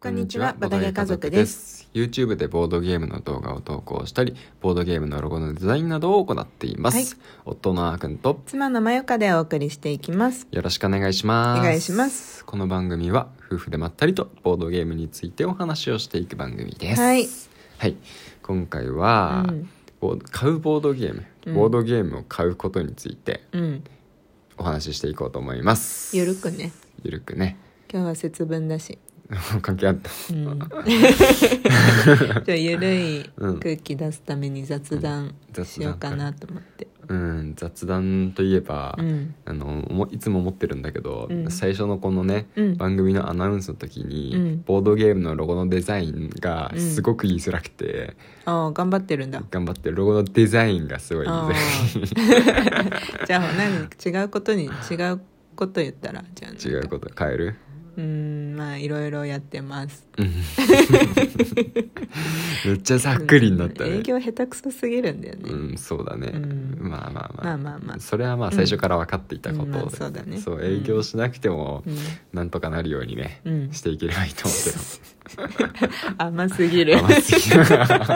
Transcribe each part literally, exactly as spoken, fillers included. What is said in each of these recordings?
こんにちは、ボドゲ家族です。 YouTube でボードゲームの動画を投稿したり、ボードゲームのロゴのデザインなどを行っています、はい、夫のあーくんと妻のまよかでお送りしていきます。 よろしくお願いします。 お願いします。 この番組は夫婦でまったりとボードゲームについてお話をしていく番組です。 はい、 はい、今回は、うん、ボード買うボードゲーム、うん、ボードゲームを買うことについて、うん、お話ししていこうと思います。 ゆるくねゆるくね。 今日は節分だし関係あった、うん、 じゃあゆるい空気出すために雑談しようかなと思って、 うん、雑談といえば、うん、あのいつも思ってるんだけど、うん、最初のこのね、うん、番組のアナウンスの時に、うん、ボードゲームのロゴのデザインがすごく言いづらくて、 うん、あ頑張ってるんだ。 頑張ってる。ロゴのデザインがすごい言いづらいじゃあ何違うことに違うこと言ったらじゃあ違うこと変える。 うーんまあいろいろやってますめっちゃざっくりになったね。 営業下手くそすぎるんだよね。 うんそうだね、うん、まあまあまあまあまあまあそれはまあ最初から分かっていたことで、うんうんまあ、 そうだね。 そう営業しなくてもなんとかなるようにね、うん、していければいいと思ってる甘すぎる甘すぎる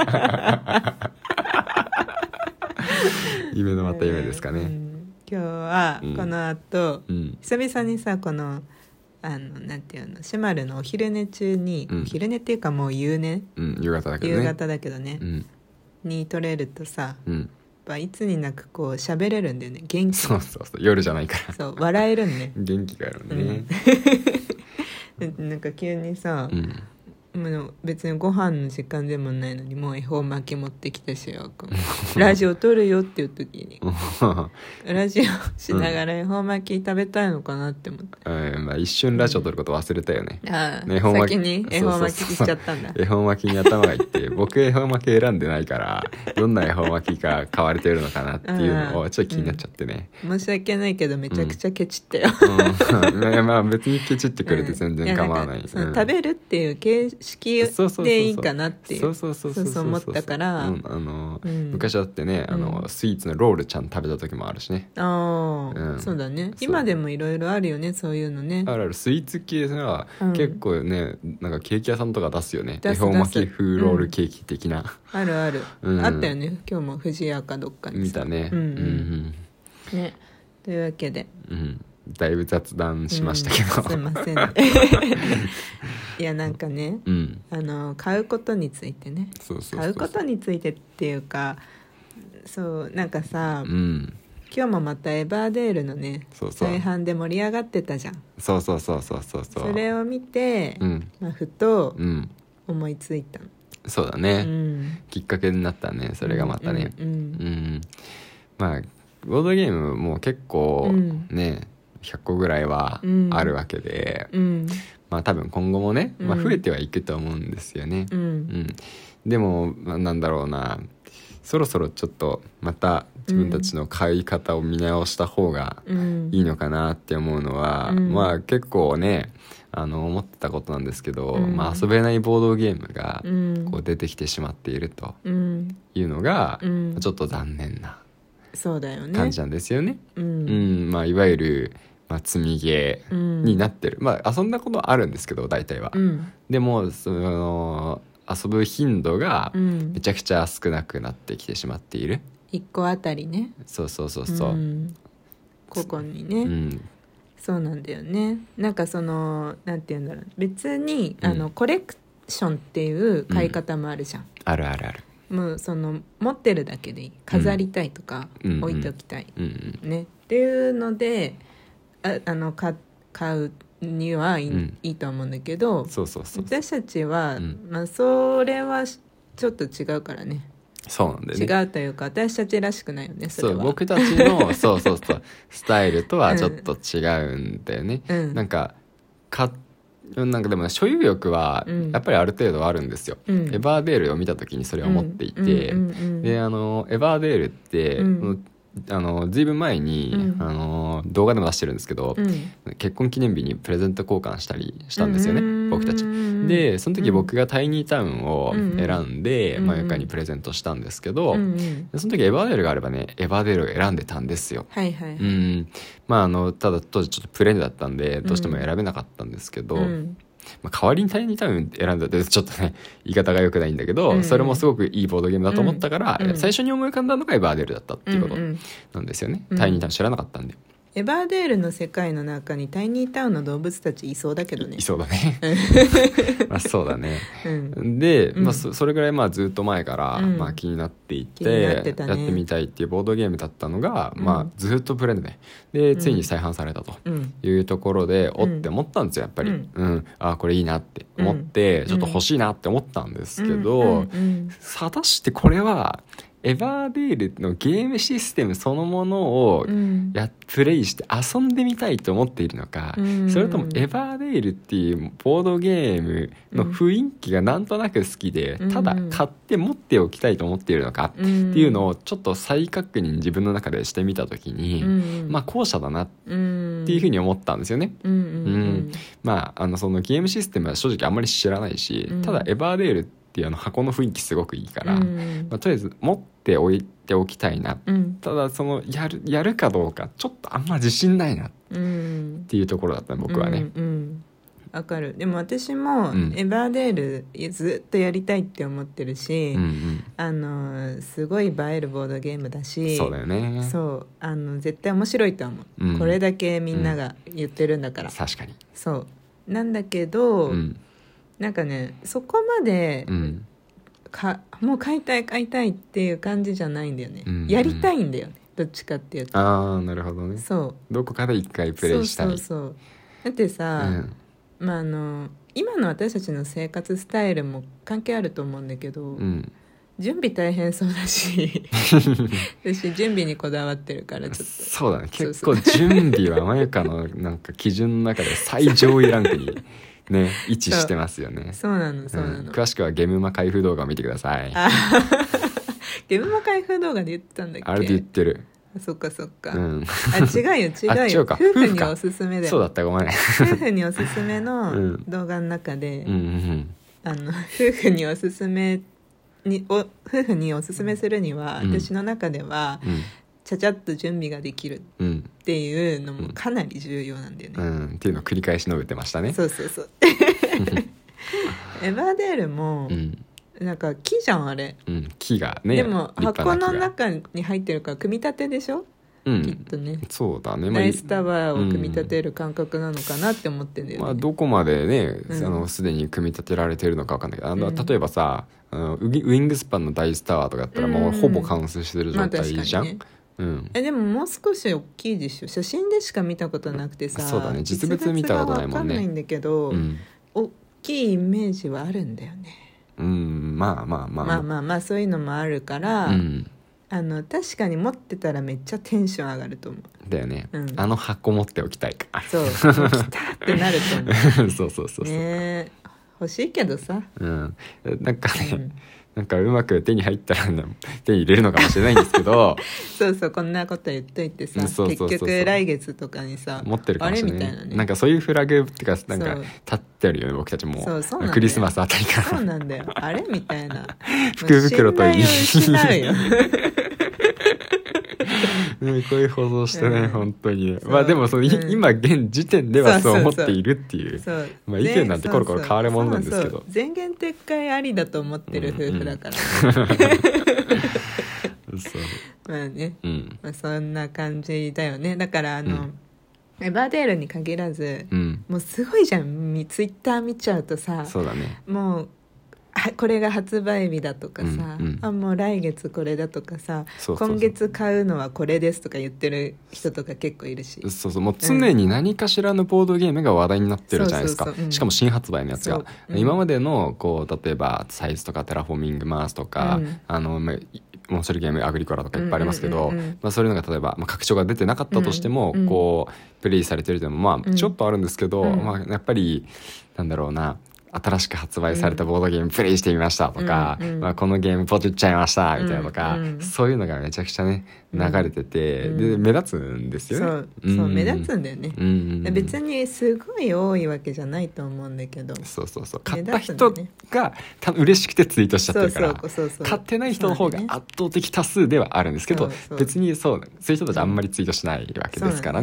夢のまた夢ですかね、えーうん、 今日はこの後、うん、久々にさこのあのなんていうのシマルのお昼寝中に、うん、お昼寝っていうかもう夕寝、 うん、夕方だけどね夕方だけどね、うん、に撮れるとさ、うん、やっぱいつになくこう喋れるんだよね。元気。 そうそうそう夜じゃないからそう笑えるんね元気があるね、 うん、なんか急にさ、うんもう別にご飯の時間でもないのにもう恵方巻き持ってきたしよラジオ撮るよっていう時にラジオしながら恵方巻き食べたいのかなって思って、 うんまあ、一瞬ラジオ撮ること忘れたよね、 うん、ああ、ね、先に恵方巻きしちゃったんだ。 恵方巻きに頭がいって僕恵方巻き選んでないからどんな恵方巻きが買われてるのかなっていうのをちょっと気になっちゃってね、 うん、申し訳ないけどめちゃくちゃケチったよ、 うんうん、まあ別にケチってくれて全然構わない、うん、いやなんかその食べるっていう形式でいいかなっていうそう思ったから、 うんあのうん、昔だってねあの、うん、スイーツのロールちゃん食べた時もあるしね。 ああ、うん、そうだね。今でもいろいろあるよねそういうのね。 あるある。スイーツ系は、うん、結構ねなんかケーキ屋さんとか出すよね。恵方巻き風ロールケーキ的な、 うん、あるある、うん、あったよね。今日も藤屋かどっかに見たね、うんうんうんね。というわけで、 うんだいぶ雑談しましたけど、 うん、すいませんいやなんかね、うん、あの買うことについてねそうそうそう買うことについてっていうかそうなんかさ、うん、今日もまたエバーデールのねそうそう再販で盛り上がってたじゃん。 そうそうそうそうそうそうそれを見て、うんまあ、ふと思いついたの、 うん、そうだね、うん、きっかけになったねそれがまたね、うんうんうん、まあボードゲームも結構ね、うんひゃっこぐらいはあるわけで、うん、まあ多分今後もね、まあ、増えてはいくと思うんですよね、うんうん、でも、まあ、なんだろうなそろそろちょっとまた自分たちの買い方を見直した方がいいのかなって思うのは、うん、まあ結構ねあの思ってたことなんですけど、うんまあ、遊べないボードゲームがこう出てきてしまっているというのがちょっと残念な感じなんですよね。うん、うん、まあ、いわゆるまあ、積みゲーになってる、うん、まあ遊んだことはあるんですけど大体は、うん、でもその遊ぶ頻度がめちゃくちゃ少なくなってきてしまっている、 うん、いっこあたりね。 そうそうそうそう、うん、 ここにね、うん、そうなんだよね。なんかそのなんて言うんだろう別に、うん、あのコレクションっていう買い方もあるじゃん、うん、 あるあるある。 もうその持ってるだけでいい飾りたいとか、うん、置いておきたい、うんうん、ねっていうのでああの買うにはいい、うん、いいと思うんだけどそうそうそう私たちは、うんまあ、それはちょっと違うからね。 そうなんだよね。 違うというか私たちらしくないよねそれは。 そう僕たちのそうそうそうスタイルとはちょっと違うんだよね、うん、なんかかなんかでも、ね、所有欲はやっぱりある程度あるんですよ、うん、エバーデールを見た時にそれを思っていて、うんうんうんうん、であのエバーデールって、うんあのずいぶん前に、うん、あの動画でも出してるんですけど、うん、結婚記念日にプレゼント交換したりしたんですよね、うん、僕たちでその時僕がタイニータウンを選んで、うん、マヨカにプレゼントしたんですけど、うん、その時エバーデールがあればねエバーデールを選んでたんですよ、はいはいはいうんまあ、あのただ当時ちょっとプレーンだったんでどうしても選べなかったんですけど、うんまあ、代わりにタイニータウン選んだってちょっとね言い方が良くないんだけど、うんうん、それもすごくいいボードゲームだと思ったから、うん、最初に思い浮かんだのがエバーデールだったっていうことなんですよね、うんうん、タイニータウン知らなかったんで。 エバーデールの世界の中にタイニータウンの動物たちいそうだけどね。 いそうだねまあそうだね、うん、で、まあ、そ, それぐらいまあずっと前から、うんまあ、気になっていて、ね、やってみたいっていうボードゲームだったのが、うんまあ、ずっとプレイででついに再販されたというところで、うん、おって思ったんですよやっぱり、うんうん、あこれいいなって思って、うん、ちょっと欲しいなって思ったんですけど、うんうん、果たしてこれはエバーデールのゲームシステムそのものをや、うん、プレイして遊んでみたいと思っているのか、うん、それともエバーデールっていうボードゲームの雰囲気がなんとなく好きで、うん、ただ買って持っておきたいと思っているのかっていうのをちょっと再確認自分の中でしてみたときに、うん、まあ後者だなっていうふうに思ったんですよね、うんうん、まああのそのゲームシステムは正直あんまり知らないし、ただエバーデールっていうあの箱の雰囲気すごくいいから、うんまあ、とりあえず持っておいておきたいな、うん、ただそのやる、やるかどうかちょっとあんま自信ないなっていうところだった僕はね、うんうんわかる。でも私もエバーデールずっとやりたいって思ってるし、うんうん、あのすごい映えるボードゲームだし、 そうだよね。 そうあの絶対面白いと思う、うん、これだけみんなが言ってるんだから、うん、 確かにそうなんだけど、うん、なんかねそこまで、うん、かもう買いたい買いたいっていう感じじゃないんだよね、うんうん、やりたいんだよねどっちかっていうと。 ああなるほどね。 そうどこかで一回プレイしたい。 そうそうそうだってさ、うんまあ、あの今の私たちの生活スタイルも関係あると思うんだけど、うん、準備大変そうだし私準備にこだわってるからちょっとそうだね結構準備はまゆかのなんか基準の中で最上位ランクにね位置してますよね。 そうなのそうなの、うん、 詳しくはゲームマ開封動画を見てください。 ゲームマ開封動画で言ってたんだっけ。 あれで言ってる。 そっかそっか、うん、あ違うよ違うよ夫婦におすすめでそうだったごめん夫婦におすすめの動画の中で、うんうんうん、あの夫婦におすすめにお夫婦におすすめするには、うん、私の中では、うん、ちゃちゃっと準備ができるっていうのもかなり重要なんだよね、 うんうん、っていうのを繰り返し述べてましたね。 そうそうそうエバーデールも、うんなんか木じゃんあれ、 うん、木がね。 でも箱の中に入ってるから組み立てでしょ、うん、きっとね。 そうだね。 ナイスタワーを組み立てる感覚なのかなって思ってんだよね、 まあ、どこまでね、うん、あのすでに組み立てられてるのか分かんないけど、あの、うん、例えばさあのウィングスパンのダイスタワーとかだったらもうほぼ完成してる状態じゃん、まあねうん、 えでももう少し大きいでしょ。写真でしか見たことなくてさ。 そうだね実物見たことないもんね。 実物が分かんないんだけど、うん、大きいイメージはあるんだよね。 うんまあまあまあまあまあまあそういうのもあるから、うん、あの確かに持ってたらめっちゃテンション上がると思う。 だよね、うん、あの箱持っておきたいか。 そう来たってなると思うそうそうそうそう、 ね、欲しいけどさ、 うん、なんかね、うんなんかうまく手に入ったら、ね、手に入れるのかもしれないんですけどそうそうこんなこと言っといてさ、そうそうそうそう結局来月とかにさ持ってるかもしれない、 あれみたいなね、 なんかそういうフラグっていうかなんか立ってるよね僕たちも。 そうそうクリスマスあたりからそうなんだよあれみたいな福袋といい信頼を失うよね、こういう放送してね、うん、本当にねまあでもその、うん、今現時点ではそう思っているっていう、そうそうそうまあ、意見なんてコロコロ変わるもんなんですけど、 前言撤回ありだと思ってる夫婦だから、 うんうん、そうまあね、うんまあ、そんな感じだよね。だからあの、うんエバーデールに限らず、うん、もうすごいじゃんツイッター見ちゃうとさそうだねもうこれが発売日だとかさ、うんうん、あもう来月これだとかさそうそうそう今月買うのはこれですとか言ってる人とか結構いるしそうそうもう常に何かしらのボードゲームが話題になってるじゃないですか、うん、しかも新発売のやつが、うん、今までのこう例えばサイズとかテラフォーミングマースとか、うん、あのモンスターゲームアグリコラとかいっぱいありますけど、うんうんうんうんまあ、そういうのが例えば、まあ、拡張が出てなかったとしても、うんうん、こうプレイされてるというのもまあちょっとあるんですけど、うんまあ、やっぱりなんだろうな新しく発売されたボードゲームプレイしてみましたとか、うんうんまあ、このゲームポチっちゃいましたみたいなとか、うんうん、そういうのがめちゃくちゃね流れてて、うん、で目立つんですよね。そう、 うん、そう目立つんだよね、うんうん、別にすごい多いわけじゃないと思うんだけどそうそうそう買った人が多分嬉しくてツイートしちゃってるからそうそうそうそう買ってない人の方が圧倒的多数ではあるんですけど、ね、別にそうそういう人たちあんまりツイートしないわけですからね、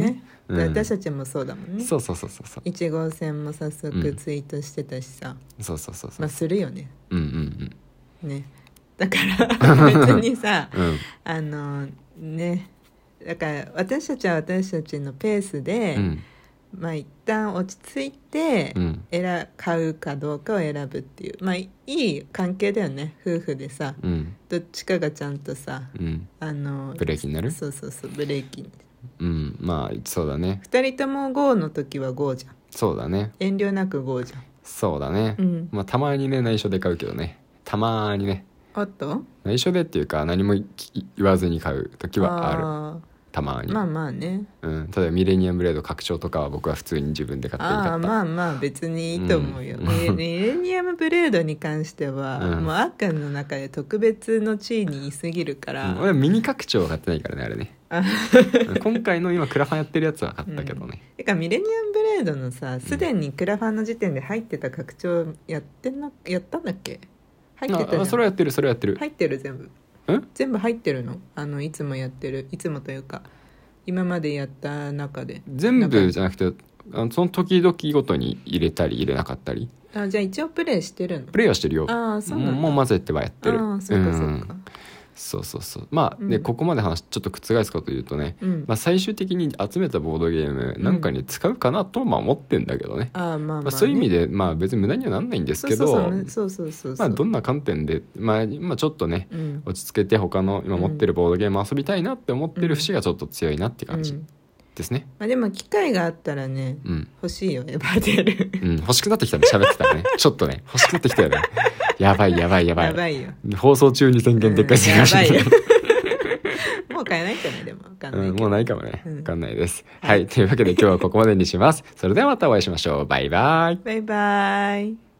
うん、 私たちもそうだもんね。 そうそうそうそうそういち号線も早速ツイートしてたしさ、 うん、そうそうそうそう、 まあするよね。 うんうんうんね、だから別にさ、 うん、 あのね、だから私たちは私たちのペースで、うん、まあ一旦落ち着いて、うん、選買うかどうかを選ぶっていう、まあいい関係だよね、夫婦でさ、うん、どっちかがちゃんとさ、うん、あのブレーキになる。 そうそうそう、ブレーキに、 うん、まあそうだね。 ふたりとも ゴー の時は ゴー じゃん。 そうだね、 遠慮なく ゴー じゃん。 そうだね、うん、まあたまにね内緒で買うけどね、たまにね。 あった？ 内緒でっていうか何も言わずに買う時はある、たまに。 まあまあね、 うん、例えばミレニアムブレード拡張とかは僕は普通に自分で買って買った。 あまあまあ別にいいと思うよ、うん、ミレニアムブレードに関しては、うん、もうあっくんの中で特別の地位にいすぎるから、 うん、俺はミニ拡張は買ってないからねあれね今回の今クラファンやってるやつは買ったけどね、 うん、てかミレニアムブレードのさ、すでにクラファンの時点で入ってた拡張やってんな、やったんだっけ？入ってたじゃん。 あ、それはやってる、それはやってる。 入ってる、全部全部入ってるの、あのいつもやってる、いつもというか今までやった中で。 全部じゃなくて、あのその時々ごとに入れたり入れなかったり。 あ、じゃあ一応プレイしてるの？ プレイはしてるよ。 ああ、そうなんだ。 もう混ぜてはやってる。 ああ、そうかそうか、うん、 そうそうそう。まあ、うん、でここまで話ちょっと覆すかというとね、うん、まあ、最終的に集めたボードゲームなんかに使うかなとはまあ思ってんだけどね、うん、あまあまあね、まあ、そういう意味で、まあ、別に無駄にはなんないんですけど、まあどんな観点で、まあ、今ちょっとね、うん、落ち着けて他の今持ってるボードゲーム遊びたいなって思ってる節がちょっと強いなって感じですね、 まあ、でも機会があったらね、うん、欲しいよエヴァデル、うん、 欲しくなってきたね、喋ってたらねちょっとね欲しくなってきたよねやばいやばいやばいやばいよ、 放送中に宣言撤回してました、うん、やばいよもう買えないかな、でも分かんないけど、 うん、もうないかもね、分かんないです、うん、はい、というわけで今日はここまでにします。それではまたお会いしましょう。バイバイ。 バイバイ。